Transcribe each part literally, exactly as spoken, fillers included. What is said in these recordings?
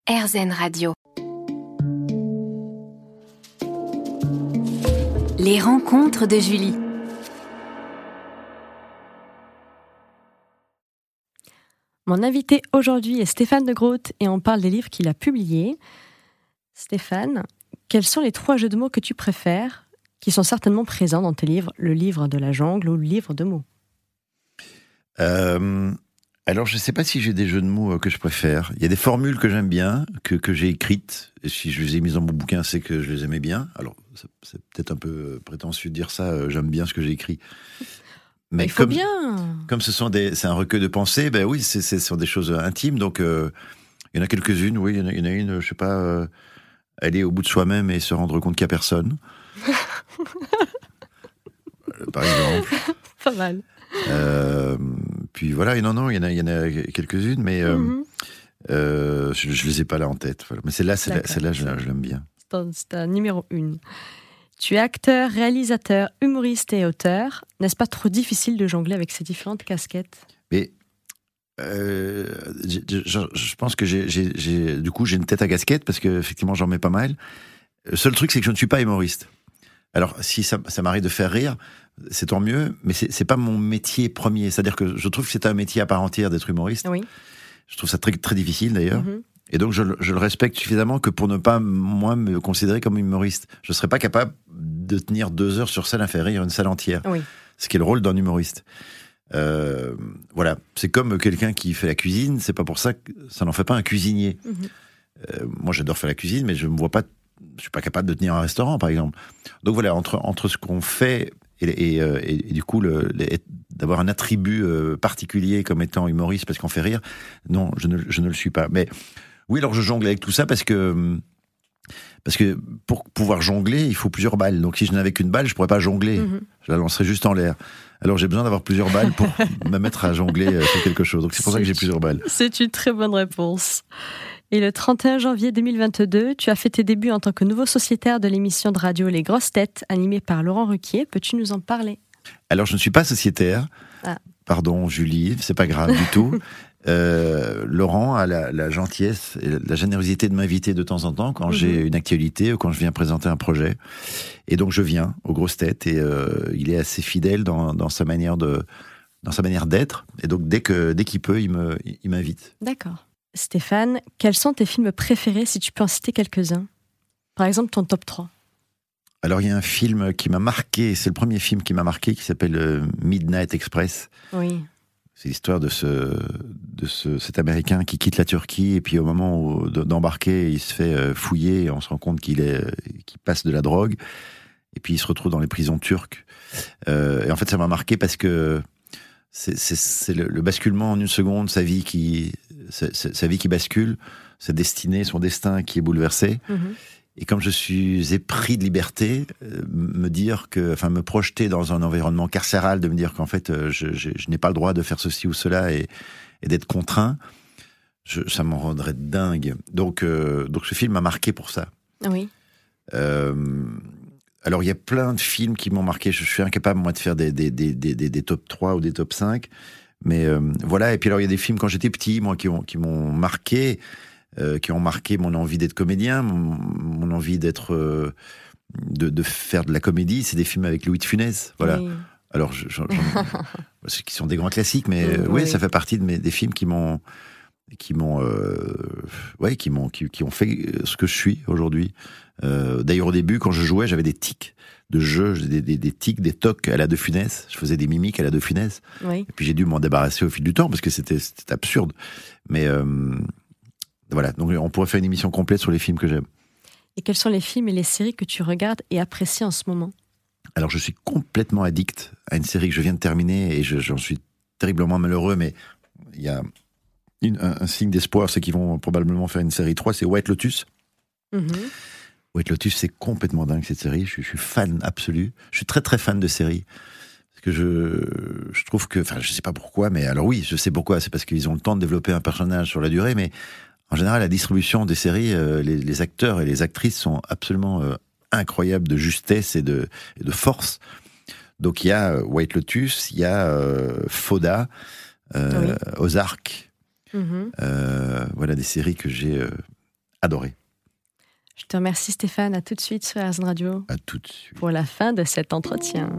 AirZen Radio. Les rencontres de Julie. Mon invité aujourd'hui est Stéphane de Groot et on parle des livres qu'il a publiés. Stéphane, quels sont les trois jeux de mots que tu préfères, qui sont certainement présents dans tes livres, le livre de la jungle ou le livre de mots? euh, Alors, je ne sais pas si j'ai des jeux de mots que je préfère. Il y a des formules que j'aime bien, que, que j'ai écrites. Et si je les ai mises dans mon bouquin, c'est que je les aimais bien. Alors, c'est, c'est peut-être un peu prétentieux de dire ça, euh, j'aime bien ce que j'ai écrit. Mais il faut comme, bien. Comme ce sont des, c'est un recueil de pensées, ben oui, c'est, c'est, ce sont des choses intimes. Donc, euh, il y en a quelques-unes, oui, il y en a, il y en a une, je sais pas, euh, aller au bout de soi-même et se rendre compte qu'il n'y a personne. Par exemple. Pas mal. Euh, puis voilà, non, non, il y en a, il y en a quelques-unes, mais euh, Mm-hmm. euh, je, je les ai pas là en tête. Voilà. Mais celle-là, celle-là, celle-là je, je l'aime bien. C'est un, c'est un numéro une. Tu es acteur, réalisateur, humoriste et auteur. N'est-ce pas trop difficile de jongler avec ces différentes casquettes? Mais euh, je, je, je pense que j'ai, j'ai, j'ai, du coup, j'ai une tête à casquette parce que effectivement, j'en mets pas mal. Le seul truc, c'est que je ne suis pas humoriste. Alors, si ça, ça m'arrive de faire rire, c'est tant mieux, mais c'est, c'est pas mon métier premier. C'est-à-dire que je trouve que c'est un métier à part entière d'être humoriste. Oui. Je trouve ça très, très difficile d'ailleurs. Mm-hmm. Et donc, je, je le respecte suffisamment que pour ne pas, moi, me considérer comme humoriste. Je ne serais pas capable de tenir deux heures sur scène à faire rire une salle entière. Oui. Ce qui est le rôle d'un humoriste. Euh, voilà. C'est comme quelqu'un qui fait la cuisine, c'est pas pour ça que ça n'en fait pas un cuisinier. Mm-hmm. Euh, moi, j'adore faire la cuisine, mais je me vois pas, je suis pas capable de tenir un restaurant, par exemple. Donc voilà, entre, entre ce qu'on fait et, et, et, et du coup, le, les, d'avoir un attribut euh, particulier comme étant humoriste parce qu'on fait rire, non, je ne, je ne le suis pas. Mais oui, alors je jongle avec tout ça parce que, parce que pour pouvoir jongler, il faut plusieurs balles. Donc si je n'avais qu'une balle, je pourrais pas jongler. Mm-hmm. Je la lancerais juste en l'air. Alors j'ai besoin d'avoir plusieurs balles pour me mettre à jongler sur quelque chose. Donc c'est pour c'est ça que j'ai plusieurs balles. C'est une très bonne réponse. Et le trente et un janvier deux mille vingt-deux, tu as fait tes débuts en tant que nouveau sociétaire de l'émission de radio Les Grosses Têtes, animée par Laurent Ruquier. Peux-tu nous en parler? Alors je ne suis pas sociétaire. Ah. Pardon Julie, c'est pas grave du tout. Euh, Laurent a la, la gentillesse et la générosité de m'inviter de temps en temps quand mmh. j'ai une actualité ou quand je viens présenter un projet. Et donc je viens aux Grosses Têtes et euh, il est assez fidèle dans, dans sa manière de, dans sa manière d'être. Et donc dès que dès qu'il peut, il me, il m'invite. D'accord. Stéphane, quels sont tes films préférés si tu peux en citer quelques-uns? Par exemple ton top trois. Alors il y a un film qui m'a marqué, c'est le premier film qui m'a marqué, qui s'appelle euh, Midnight Express. Oui. C'est l'histoire de ce, de ce, cet Américain qui quitte la Turquie et puis au moment où, d'embarquer, il se fait fouiller et on se rend compte qu'il est, qu'il passe de la drogue et puis il se retrouve dans les prisons turques. Euh, et en fait, ça m'a marqué parce que c'est, c'est, c'est le, le basculement en une seconde, sa vie qui, sa, sa vie qui bascule, sa destinée, son destin qui est bouleversé. Mm-hmm. Et comme je suis épris de liberté, euh, me dire que, enfin, me projeter dans un environnement carcéral, de me dire qu'en fait, euh, je, je, je n'ai pas le droit de faire ceci ou cela et, et d'être contraint, je, ça m'en rendrait dingue. Donc, euh, donc, ce film m'a marqué pour ça. Oui. Euh, alors, il y a plein de films qui m'ont marqué. Je suis incapable, moi, de faire des, des, des, des, des, des top trois ou des top cinq. Mais euh, voilà. Et puis, alors, il y a des films quand j'étais petit, moi, qui, ont, qui m'ont marqué. Euh, qui ont marqué mon envie d'être comédien, mon, mon envie d'être, euh, de, de faire de la comédie. C'est des films avec Louis de Funès, voilà. Oui. Alors, je, j'en, j'en, qui sont des grands classiques, mais euh, oui, oui, ça fait partie de mes, des films qui m'ont, qui m'ont, euh, ouais, qui m'ont, qui, qui ont fait ce que je suis aujourd'hui. Euh, d'ailleurs, au début, quand je jouais, j'avais des tics de jeu, des, des, des tics, des tocs à la De Funès. Je faisais des mimiques à la De Funès. Oui. Et puis j'ai dû m'en débarrasser au fil du temps parce que c'était, c'était absurde. Mais euh, voilà, donc on pourrait faire une émission complète sur les films que j'aime. Et quels sont les films et les séries que tu regardes et apprécies en ce moment? Alors je suis complètement addict à une série que je viens de terminer et je, j'en suis terriblement malheureux, mais il y a une, un, un signe d'espoir, c'est qu'ils vont probablement faire une série trois, c'est White Lotus. Mm-hmm. White Lotus, c'est complètement dingue cette série, je, je suis fan absolu, je suis très très fan de séries. Parce que je, je trouve que, enfin je sais pas pourquoi, mais alors oui, je sais pourquoi, c'est parce qu'ils ont le temps de développer un personnage sur la durée, mais en général, la distribution des séries, euh, les, les acteurs et les actrices sont absolument euh, incroyables de justesse et de, et de force. Donc il y a White Lotus, il y a euh, Fauda, euh, oui. Ozark, mm-hmm. euh, voilà des séries que j'ai euh, adoré. Je te remercie Stéphane, à tout de suite sur R Z N Radio. À tout de suite. Pour la fin de cet entretien.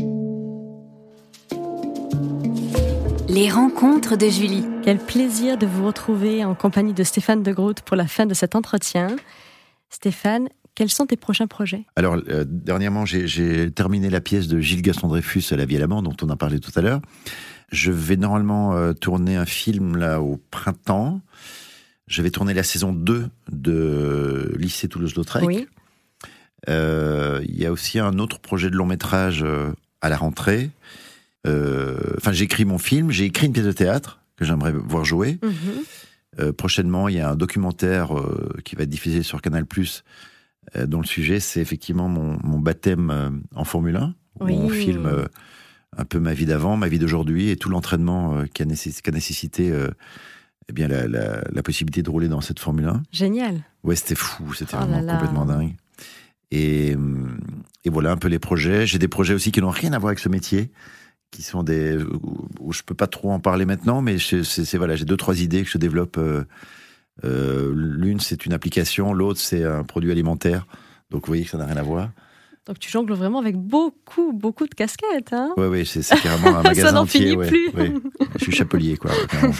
Les rencontres de Julie. Quel plaisir de vous retrouver en compagnie de Stéphane de Groot pour la fin de cet entretien. Stéphane, quels sont tes prochains projets ? Alors, euh, dernièrement, j'ai, j'ai terminé la pièce de Gilles Gaston Dreyfus, La vie à l'amant, dont on a parlé tout à l'heure. Je vais normalement euh, tourner un film là au printemps. Je vais tourner la saison deux de Lycée Toulouse-Lautrec. Oui. Euh, il y a aussi un autre projet de long métrage euh, à la rentrée. Euh, enfin, j'ai écrit mon film, j'ai écrit une pièce de théâtre que j'aimerais voir jouer. Mm-hmm. Euh, prochainement, il y a un documentaire euh, qui va être diffusé sur Canal plus, euh, dont le sujet, c'est effectivement mon, mon baptême euh, en Formule un, Oui. où on filme euh, un peu ma vie d'avant, ma vie d'aujourd'hui, et tout l'entraînement euh, qui, a nécess- qui a nécessité euh, eh bien, la, la, la possibilité de rouler dans cette Formule un. Génial. Ouais, c'était fou, c'était Oh vraiment là là. complètement dingue. Et, et voilà un peu les projets. J'ai des projets aussi qui n'ont rien à voir avec ce métier, qui sont des où, où je peux pas trop en parler maintenant, mais c'est, c'est, c'est voilà, j'ai deux trois idées que je développe. Euh, euh, l'une c'est une application, l'autre c'est un produit alimentaire. Donc vous voyez que ça n'a rien à voir. Donc tu jongles vraiment avec beaucoup, beaucoup de casquettes, hein ? Ouais, ouais, c'est, c'est carrément un magasin Ça n'en entier. finit Ouais, plus. ouais. Je suis chapelier, quoi. Carrément.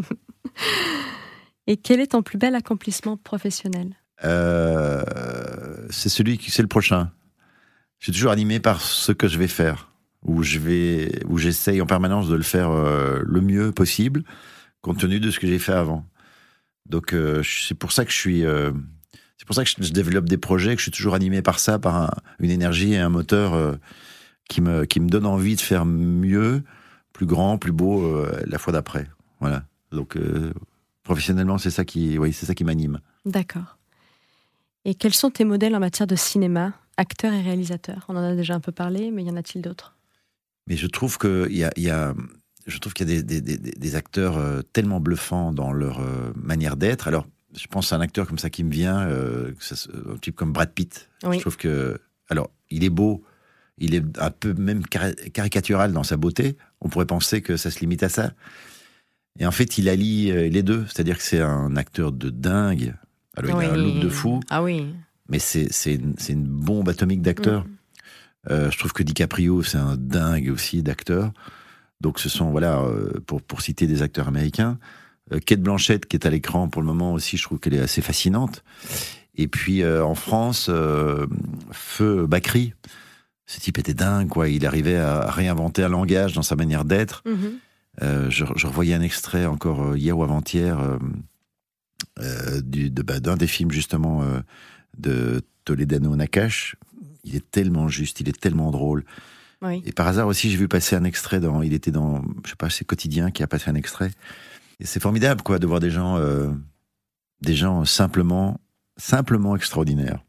Et quel est ton plus bel accomplissement professionnel ? Euh, c'est celui qui, c'est le prochain. Je suis toujours animé par ce que je vais faire, où je vais, où j'essaye en permanence de le faire euh, le mieux possible, compte tenu de ce que j'ai fait avant. Donc euh, c'est pour ça que je suis, euh, c'est pour ça que je développe des projets, que je suis toujours animé par ça, par un, une énergie et un moteur euh, qui me, qui me donne envie de faire mieux, plus grand, plus beau euh, la fois d'après. Voilà. Donc euh, professionnellement, c'est ça qui, oui, c'est ça qui m'anime. D'accord. Et quels sont tes modèles en matière de cinéma, acteurs et réalisateurs ? On en a déjà un peu parlé, mais y en a-t-il d'autres ? Mais je trouve qu'il y a, il y a, je trouve qu'il y a des, des, des, des acteurs euh, tellement bluffants dans leur euh, manière d'être. Alors, je pense à un acteur comme ça qui me vient, euh, ça, un type comme Brad Pitt. Oui. Je trouve que, alors, il est beau, il est un peu même cari- caricatural dans sa beauté. On pourrait penser que ça se limite à ça. Et en fait, il allie euh, les deux. C'est-à-dire que c'est un acteur de dingue. Alors, Oui. il a un look de fou, Ah oui. mais c'est, c'est, une, c'est une bombe atomique d'acteur. Mm. Euh, je trouve que DiCaprio, c'est un dingue aussi d'acteur. Donc, ce sont, voilà, euh, pour, pour citer des acteurs américains. Euh, Cate Blanchett, qui est à l'écran pour le moment aussi, je trouve qu'elle est assez fascinante. Et puis, euh, en France, euh, Feu Bakri. Ce type était dingue, quoi. Il arrivait à réinventer un langage dans sa manière d'être. Mm-hmm. Euh, je, je revoyais un extrait encore euh, hier ou avant-hier euh, euh, du, de, bah, d'un des films, justement, euh, de Toledano Nakache. Il est tellement juste, il est tellement drôle. Oui. Et par hasard aussi, j'ai vu passer un extrait dans, il était dans, je sais pas, c'est Quotidien qui a passé un extrait. Et c'est formidable, quoi, de voir des gens, euh, des gens simplement, simplement extraordinaires.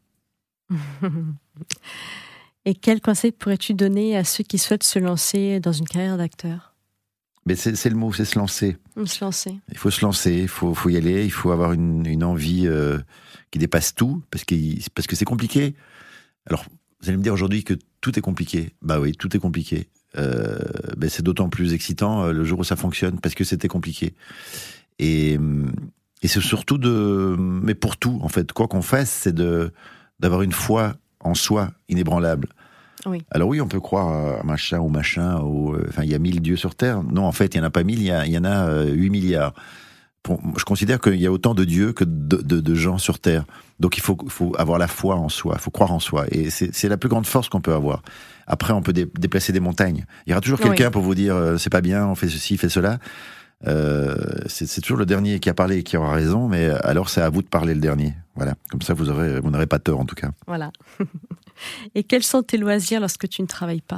Et quel conseil pourrais-tu donner à ceux qui souhaitent se lancer dans une carrière d'acteur ? Mais c'est, c'est le mot, c'est se lancer. Se lancer. Il faut se lancer, il faut, faut y aller, il faut avoir une, une envie euh, qui dépasse tout, parce que, parce que c'est compliqué. Alors, vous allez me dire aujourd'hui que tout est compliqué. Bah oui, tout est compliqué. Euh, ben c'est d'autant plus excitant euh, le jour où ça fonctionne, parce que c'était compliqué. Et, et c'est surtout de... Mais pour tout, en fait, quoi qu'on fasse, c'est de, d'avoir une foi en soi inébranlable. Oui. Alors oui, on peut croire à machin ou machin, ou, euh, enfin, il y a mille dieux sur Terre. Non, en fait, il n'y en a pas mille, il y, a, il y en a euh, huit milliards. Pour, je considère qu'il y a autant de dieux que de, de, de gens sur Terre. Donc il faut, faut avoir la foi en soi, il faut croire en soi. Et c'est, c'est la plus grande force qu'on peut avoir. Après, on peut dé, déplacer des montagnes. Il y aura toujours quelqu'un oui. pour vous dire euh, c'est pas bien, on fait ceci, fait cela. Euh, c'est, c'est toujours le dernier qui a parlé et qui aura raison, mais alors c'est à vous de parler le dernier. Voilà, comme ça vous aurez, vous n'aurez pas tort en tout cas. Voilà. Et quels sont tes loisirs lorsque tu ne travailles pas ?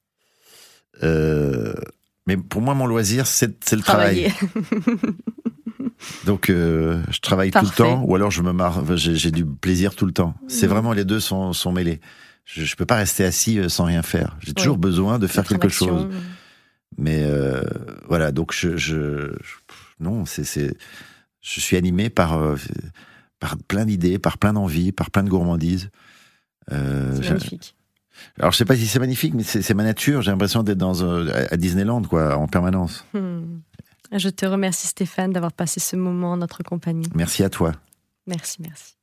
euh, Mais pour moi, mon loisir, c'est, c'est le Travailler. travail. Donc, euh, je travaille Parfait. tout le temps, ou alors je me marre. J'ai, j'ai du plaisir tout le temps. C'est mmh. vraiment les deux sont, sont mêlés. Je, je peux pas rester assis sans rien faire. J'ai toujours oui. besoin de faire quelque chose. Mais euh, voilà, donc je, je, je non, c'est, c'est, je suis animé par euh, par plein d'idées, par plein d'envies, par plein de gourmandises. Euh, c'est magnifique. Alors je sais pas si c'est magnifique, mais c'est, c'est ma nature. J'ai l'impression d'être dans euh, à Disneyland, quoi, en permanence. Hmm. Je te remercie Stéphane d'avoir passé ce moment en notre compagnie. Merci à toi. Merci, merci.